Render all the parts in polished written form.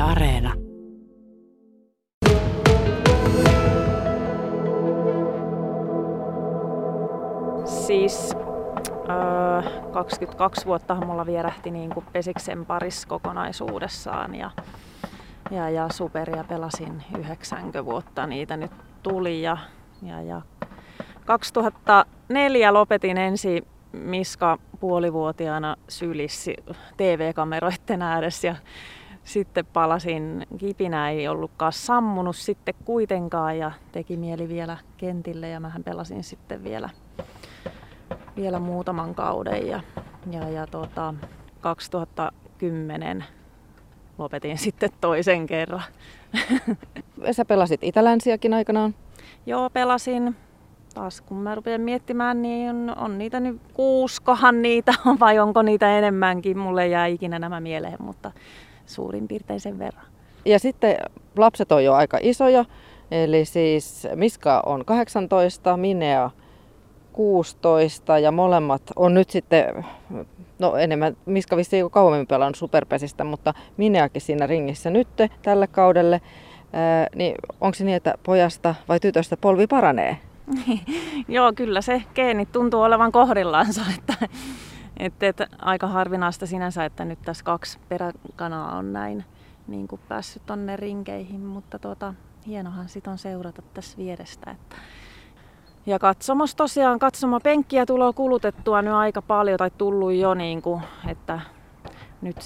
Areena. Siis 22 vuottahan mulla vierähti niin kuin Pesiksen parissa kokonaisuudessaan ja superia pelasin 90 vuotta niitä nyt tuli ja 2004 lopetin ensin Miska puolivuotiaana sylissä TV-kameroiden ääressä ja sitten palasin, kipinä ei ollutkaan sammunut sitten kuitenkaan ja teki mieli vielä kentille ja mähän pelasin sitten vielä muutaman kauden ja 2010 lopetin sitten toisen kerran. Sä pelasit Itä-Länsiäkin aikanaan? Joo, pelasin. Taas kun mä rupean miettimään, niin on niitä nyt 6 niitä on vai onko niitä enemmänkin. Mulle jää ikinä nämä mieleen, mutta suurin piirtein sen verran. Ja sitten lapset on jo aika isoja, eli siis Miska on 18, Minea 16 ja molemmat on nyt sitten, no enemmän, Miska vissiin kauemmin pelannut Superpesistä, mutta Mineakin siinä ringissä nyt tälle kaudelle. Niin onko se niin, että pojasta vai tytöstä polvi paranee? Joo, kyllä se geenit tuntuu olevan kohdillaansa, että aika harvinaista sinänsä, että nyt tässä 2 peräkanaa on näin niin kuin päässyt tonne rinkeihin, mutta hienohan sit on seurata tässä vierestä. Ja katsomos tosiaan, katsomapenkkiä tulee kulutettua nyt aika paljon tai tullut jo, niin kuin, että nyt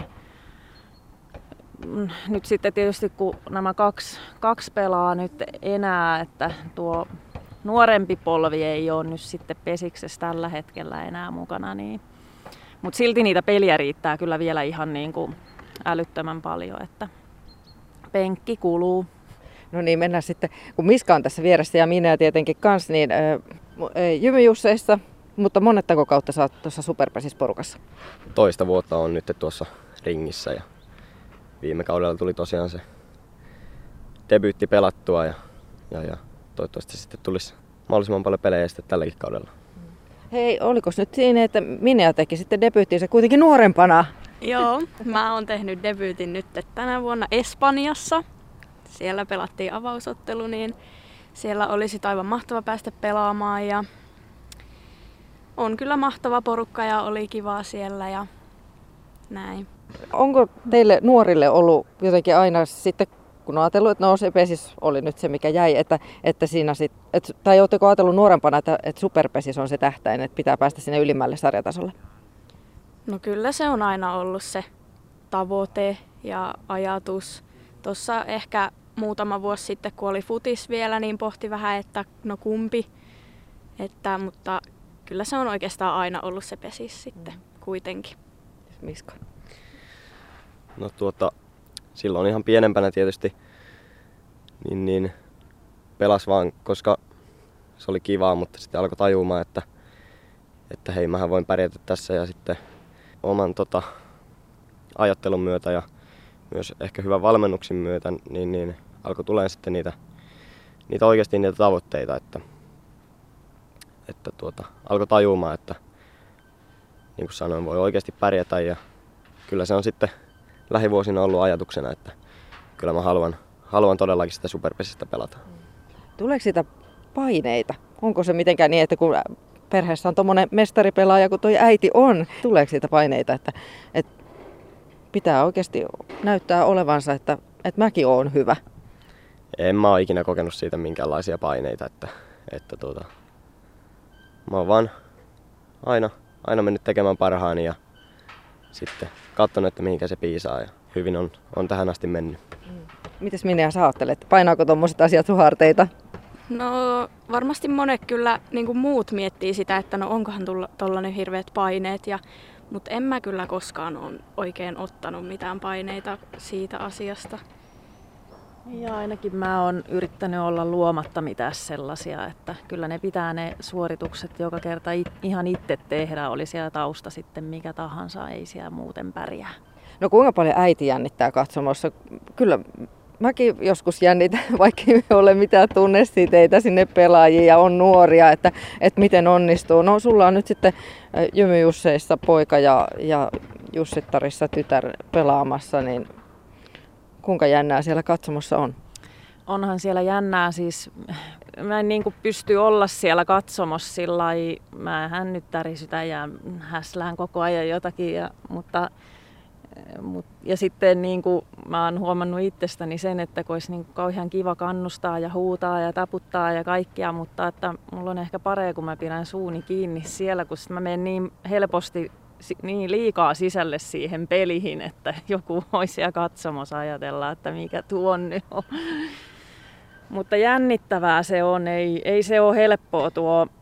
sitten tietysti kun nämä kaksi pelaa nyt enää, että tuo nuorempi polvi ei ole nyt sitten Pesiksessä tällä hetkellä enää mukana, niin. Mutta silti niitä peliä riittää kyllä vielä ihan niin kuin älyttömän paljon, että penkki kuluu. No niin, mennään sitten, kun Miska on tässä vieressä ja minä tietenkin kanssa, niin jymyjusseissa, mutta monettako kautta sä oot tuossa Superpesissä porukassa? Toista vuotta on nyt tuossa ringissä ja viime kaudella tuli tosiaan se debyytti pelattua ja toivottavasti sitten tulisi mahdollisimman paljon pelejä sitten tälläkin kaudella. Hei, oliko nyt siinä, että Minea teki sitten debyyttinsä kuitenkin nuorempana? Joo, mä oon tehnyt debyytin nyt tänä vuonna Espanjassa. Siellä pelattiin avausottelu, niin siellä olisi aivan mahtava päästä pelaamaan ja on kyllä mahtava porukka ja oli kivaa siellä ja näin. Onko teille nuorille ollut jotenkin aina sitten, kun on ajatellut, että no se Pesis oli nyt se mikä jäi, että siinä tai oletteko ajatellut nuorempana, että Superpesis on se tähtäin, että pitää päästä sinne ylimmälle sarjatasolle? No kyllä se on aina ollut se tavoite ja ajatus. Tuossa ehkä muutama vuosi sitten, kun oli futis vielä, niin pohti vähän, että no kumpi. Mutta kyllä se on oikeastaan aina ollut se Pesis sitten kuitenkin. Miska? No silloin ihan pienempänä tietysti niin pelas vaan, koska se oli kivaa, mutta sitten alkoi tajumaan, että hei, mähän voin pärjätä tässä ja sitten oman ajattelun myötä ja myös ehkä hyvän valmennuksen myötä niin alkoi tulemaan sitten niitä oikeasti niitä tavoitteita, että alkoi tajumaan, että niin kuin sanoin, voi oikeasti pärjätä ja kyllä se on sitten lähivuosina ollut ajatuksena, että kyllä mä haluan todellakin sitä Superpesistä pelata. Tuleeko siitä paineita? Onko se mitenkään niin, että kun perheessä on tommonen mestaripelaaja, kun toi äiti on, tuleeko siitä paineita, että pitää oikeasti näyttää olevansa, että mäkin oon hyvä? En mä ole ikinä kokenut siitä minkäänlaisia paineita, että mä oon vaan aina mennyt tekemään parhaani ja sitten katsonut, että mihinkä se piisaa ja hyvin on tähän asti mennyt. Mites Minea sä ajattelet? Painaako tommoset asiat sun harteita? No varmasti monet kyllä niin kuin muut miettii sitä, että no onkohan tollanen hirveät paineet, mutta en mä kyllä koskaan ole oikein ottanut mitään paineita siitä asiasta. Ja ainakin mä oon yrittänyt olla luomatta mitään sellaisia, että kyllä ne pitää ne suoritukset joka kerta ihan itse tehdä, oli siellä tausta sitten mikä tahansa, ei siellä muuten pärjää. No kuinka paljon äiti jännittää katsomossa? Kyllä mäkin joskus jännitän, vaikka ei ole mitään tunnesiteitä sinne pelaajiin ja on nuoria, että miten onnistuu. No sulla on nyt sitten jymyjusseissa poika ja jussittarissa tytär pelaamassa, niin Kuinka jännää siellä katsomossa on? Onhan siellä jännää, siis mä en niin kuin pysty olla siellä katsomossa sillä lailla, mähän nyt tärisytän ja häslään koko ajan jotakin, ja sitten niin kuin mä oon huomannut itsestäni sen, että kun olisi niin kuin kauhean kiva kannustaa ja huutaa ja taputtaa ja kaikkia, mutta että mulla on ehkä parempi, kun mä pidän suuni kiinni siellä, kun mä menen niin helposti niin liikaa sisälle siihen peliin, että joku voi siellä katsomossa ajatella, että mikä tuo nyt on. Mutta jännittävää se on, ei se ole helppoa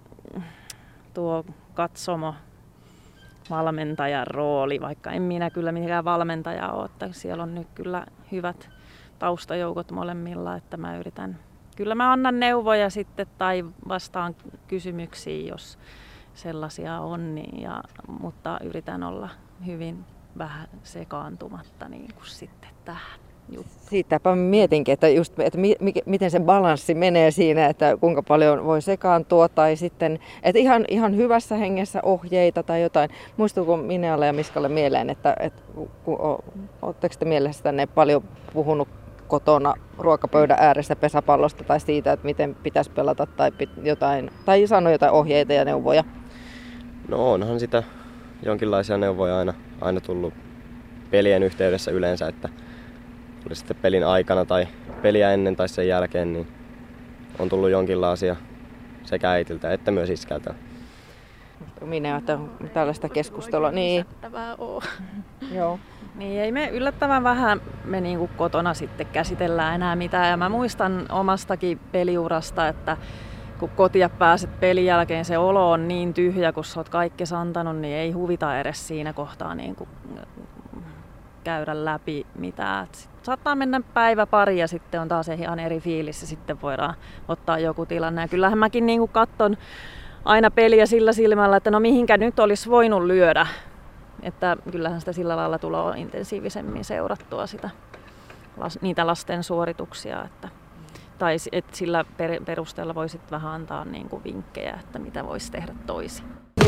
tuo katsomo valmentajan rooli, vaikka en minä kyllä mikään valmentaja ole, että siellä on nyt kyllä hyvät taustajoukot molemmilla, että kyllä mä annan neuvoja sitten tai vastaan kysymyksiin, jos sellaisia on, mutta yritän olla hyvin vähän sekaantumatta niin kuin sitten tähän juttuun. Siitäpä mietinkin, että miten se balanssi menee siinä, että kuinka paljon voi sekaantua tai sitten, että ihan hyvässä hengessä ohjeita tai jotain. Muistuuko Minealle ja Miskalle mieleen, että oletteko te mielestänne paljon puhunut kotona ruokapöydän ääressä pesäpallosta tai siitä, että miten pitäisi pelata tai sanoa jotain ohjeita ja neuvoja? No onhan sitä jonkinlaisia neuvoja aina tullut pelien yhteydessä yleensä, että oli sitten pelin aikana tai peliä ennen tai sen jälkeen, niin on tullut jonkinlaisia sekä äitiltä että myös iskältä. Minä, että tällaista keskustelua. Niin. Joo. Niin ei me yllättävän vähän me niinku kotona sitten käsitellään enää mitään. Ja mä muistan omastakin peliurasta, että kun kotia pääset pelin jälkeen, se olo on niin tyhjä, kun sä oot kaikki antanut, niin ei huvita edes siinä kohtaa niin kuin käydä läpi mitään. Saattaa mennä päivä pari ja sitten on taas ihan eri fiilis ja sitten voidaan ottaa joku tilanne. Ja kyllähän mäkin niin kuin katson aina peliä sillä silmällä, että no mihinkä nyt olisi voinut lyödä. Että kyllähän sitä sillä lailla tulee intensiivisemmin seurattua niitä lasten suorituksia. Tai että sillä perusteella voisit vähän antaa niin kuin vinkkejä, että mitä voisi tehdä toisin.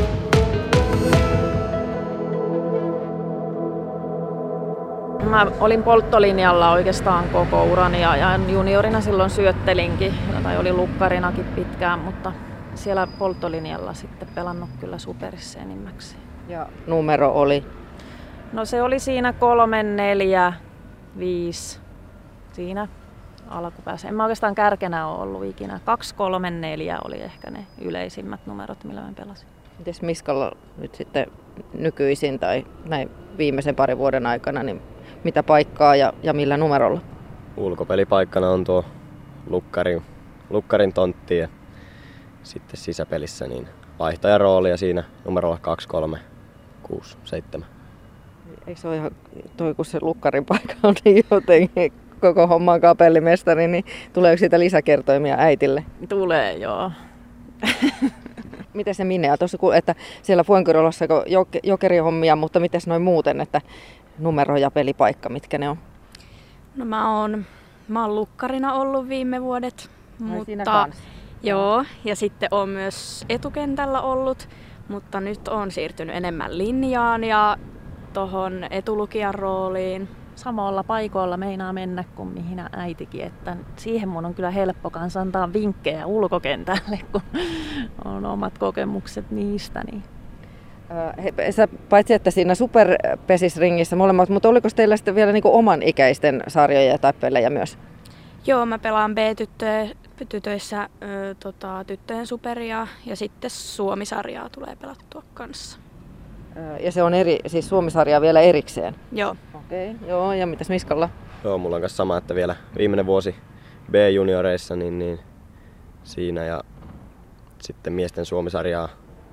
Mä olin polttolinjalla oikeastaan koko urani ja juniorina silloin syöttelinkin, tai olin lukkarinakin pitkään, mutta siellä polttolinjalla sitten pelannut kyllä superissa enimmäkseen. Ja numero oli? No se oli siinä 3, 4, 5 siinä alkupäässä. En mä oikeastaan kärkenä ole ollut ikinä. 2, 3, 4 oli ehkä ne yleisimmät numerot, millä mä pelasin. Mites Miskalla nyt sitten nykyisin tai näin viimeisen parin vuoden aikana, niin mitä paikkaa ja millä numerolla? Ulkopelipaikkana on tuo lukkarin tontti ja sitten sisäpelissä niin vaihtajan rooli ja siinä numerolla 2, 3, 6, 7. Eikö se ole ihan toi, kun se lukkarin paikka on niin jotenkin koko homman kapellimestari, niin tuleeko siitä lisäkertoimia äitille? Tulee, joo. Miten se Minea tuossa, että siellä Fuencyrolassa jokerihommia, mutta miten noin muuten, että numero ja pelipaikka, mitkä ne on? No mä oon lukkarina ollut viime vuodet, mutta joo, ja sitten oon myös etukentällä ollut, mutta nyt oon siirtynyt enemmän linjaan ja tohon etulukijan rooliin. Samalla paikoilla meinaa mennä kuin mihin äitikin, että siihen mun on kyllä helppo kanssa antaa vinkkejä ulkokentälle, kun on omat kokemukset niistä. Niin. Paitsi että siinä superpesisringissä molemmat, mutta oliko teillä sitten vielä niin kuin oman ikäisten sarjoja tai pelejä myös? Joo, mä pelaan B-tytöissä tyttöjen superia ja sitten Suomi-sarjaa tulee pelattua kanssa. Ja se on siis Suomi-sarjaa vielä erikseen? Joo. Okei, joo, ja mitäs Miskalla? Joo, mulla on kanssa sama, että vielä viimeinen vuosi B-junioreissa niin siinä ja sitten miesten Suomi-sarjaa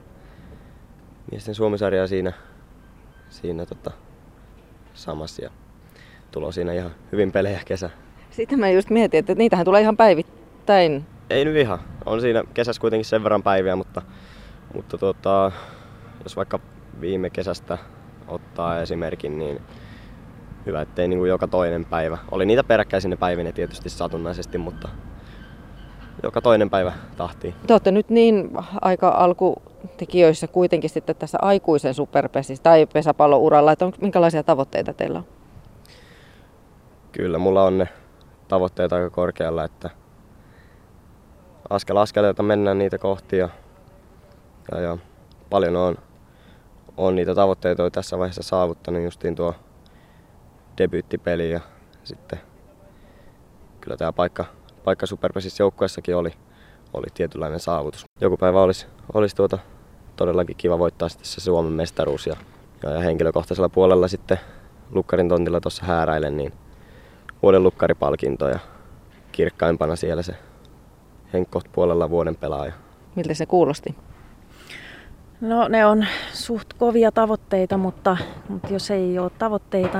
siinä samassa ja tulo siinä ihan hyvin pelejä kesä. Sitten mä just mietin, että niitähän tulee ihan päivittäin. Ei nyt ihan. On siinä kesässä kuitenkin sen verran päiviä, mutta jos vaikka viime kesästä ottaa esimerkin, niin hyvä, ettei niin kuin joka toinen päivä. Oli niitä peräkkäisinä päivinä tietysti satunnaisesti, mutta joka toinen päivä tahtiin. Te olette nyt niin aika alkutekijöissä kuitenkin sitten tässä aikuisen superpesissä tai pesäpallouralla, että minkälaisia tavoitteita teillä on? Kyllä, mulla on ne tavoitteet aika korkealla, että askel askeleelta mennään niitä kohti ja paljon on niitä tavoitteita jo tässä vaiheessa saavuttanut, justiin tuo debyyttipeli ja sitten kyllä tämä paikka Superpesissä joukkueessakin oli tietynlainen saavutus. Joku päivä olisi todellakin kiva voittaa sitten se Suomen mestaruus ja henkilökohtaisella puolella sitten lukkarin tontilla tuossa hääräilen, niin vuoden lukkaripalkinto ja kirkkaimpana siellä se Henkkoht puolella vuoden pelaaja. Miltä se kuulosti? No ne on suht kovia tavoitteita, mutta jos ei ole tavoitteita,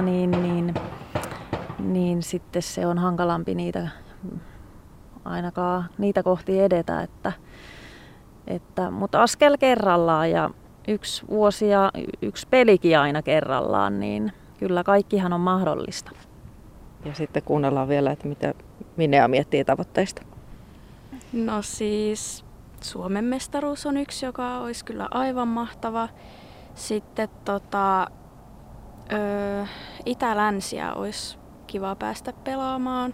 niin sitten se on hankalampi niitä ainakaan niitä kohti edetä. Mutta askel kerrallaan ja yksi vuosi ja yksi pelikin aina kerrallaan, niin kyllä kaikkihan on mahdollista. Ja sitten kuunnellaan vielä, että mitä Minea miettii tavoitteista. No siis Suomen mestaruus on yksi, joka olisi kyllä aivan mahtava. Sitten Itä-Länsiä olisi kiva päästä pelaamaan.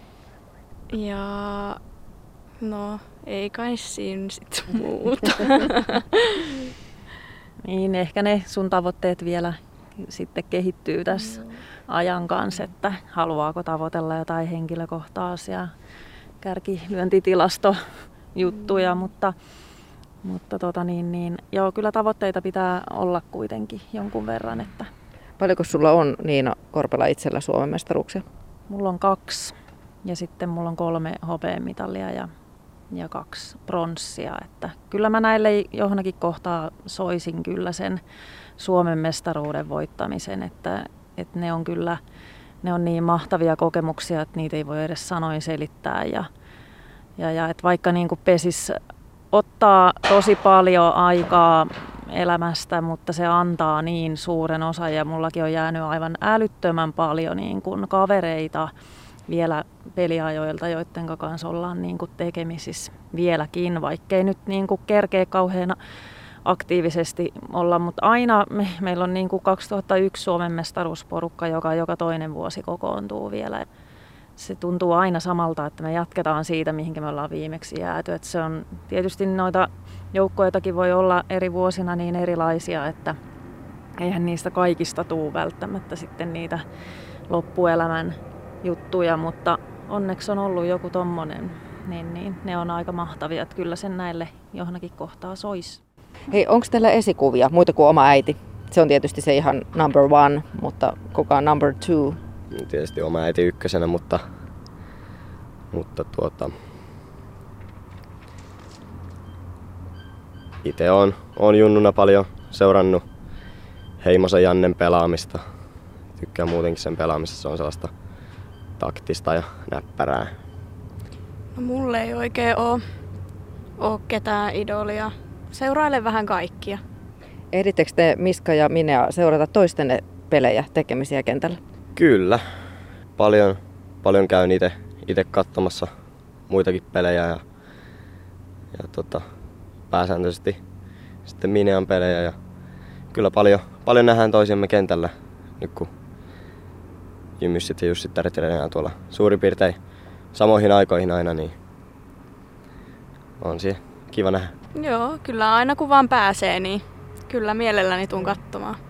Ja no ei kai siinä sit muuta. Niin ehkä ne sun tavoitteet vielä sitten kehittyy tässä ajan kanssa, että haluaako tavoitella jotain henkilökohtaisia kärkilyöntitistojuttuja, mutta joo, kyllä tavoitteita pitää olla kuitenkin jonkun verran. Että Paljonko sulla on, Niina Korpela, itsellä Suomen mestaruuksia? mulla on 2 ja sitten mulla on 3 hopeamitalia ja 2 pronssia. Että kyllä mä näille johonkin kohtaa soisin kyllä sen Suomen mestaruuden voittamisen, että ne on kyllä ne on niin mahtavia kokemuksia, että niitä ei voi edes sanoin selittää. Ja että vaikka niin kuin pesis ottaa tosi paljon aikaa elämästä, mutta se antaa niin suuren osan ja mullakin on jäänyt aivan älyttömän paljon niin kuin kavereita vielä peliajoilta, joiden kanssa ollaan niin kuin tekemisissä vieläkin, vaikkei nyt niin kuin kerkeä kauheana aktiivisesti olla, mutta aina meillä on niin kuin 2001 Suomen mestaruusporukka, joka toinen vuosi kokoontuu vielä. Se tuntuu aina samalta, että me jatketaan siitä, mihinkä me ollaan viimeksi jääty. Että se on tietysti noita joukkoitakin voi olla eri vuosina niin erilaisia, että eihän niistä kaikista tule välttämättä sitten niitä loppuelämän juttuja, mutta onneksi on ollut joku tommonen, niin ne on aika mahtavia, että kyllä sen näille johonkin kohtaa sois. Hei, onko teillä esikuvia, muita kuin oma äiti? Se on tietysti se ihan number 1, mutta kuka on number 2? Tietysti oma äiti ykkösenä, mutta itse on junnuna paljon seurannut Heimosen Jannen pelaamista. Tykkään muutenkin sen pelaamisessa, se on sellaista taktista ja näppärää. No, mulle ei oikein ole ketään idolia. Seurailen vähän kaikkia. Ehdittekö te, Miska ja Minea, seurata toistenne pelejä, tekemisiä kentällä? Kyllä. Paljon käyn itse katsomassa muitakin pelejä ja pääsääntöisesti sitten Minean pelejä. Ja kyllä paljon nähdään toisiamme kentällä, nyt kun Jymyssit ja Jussit treenaa tuolla suurin piirtein samoihin aikoihin aina, niin on siellä kiva nähdä. Joo, kyllä aina kun vaan pääsee, niin kyllä mielelläni tuun katsomaan.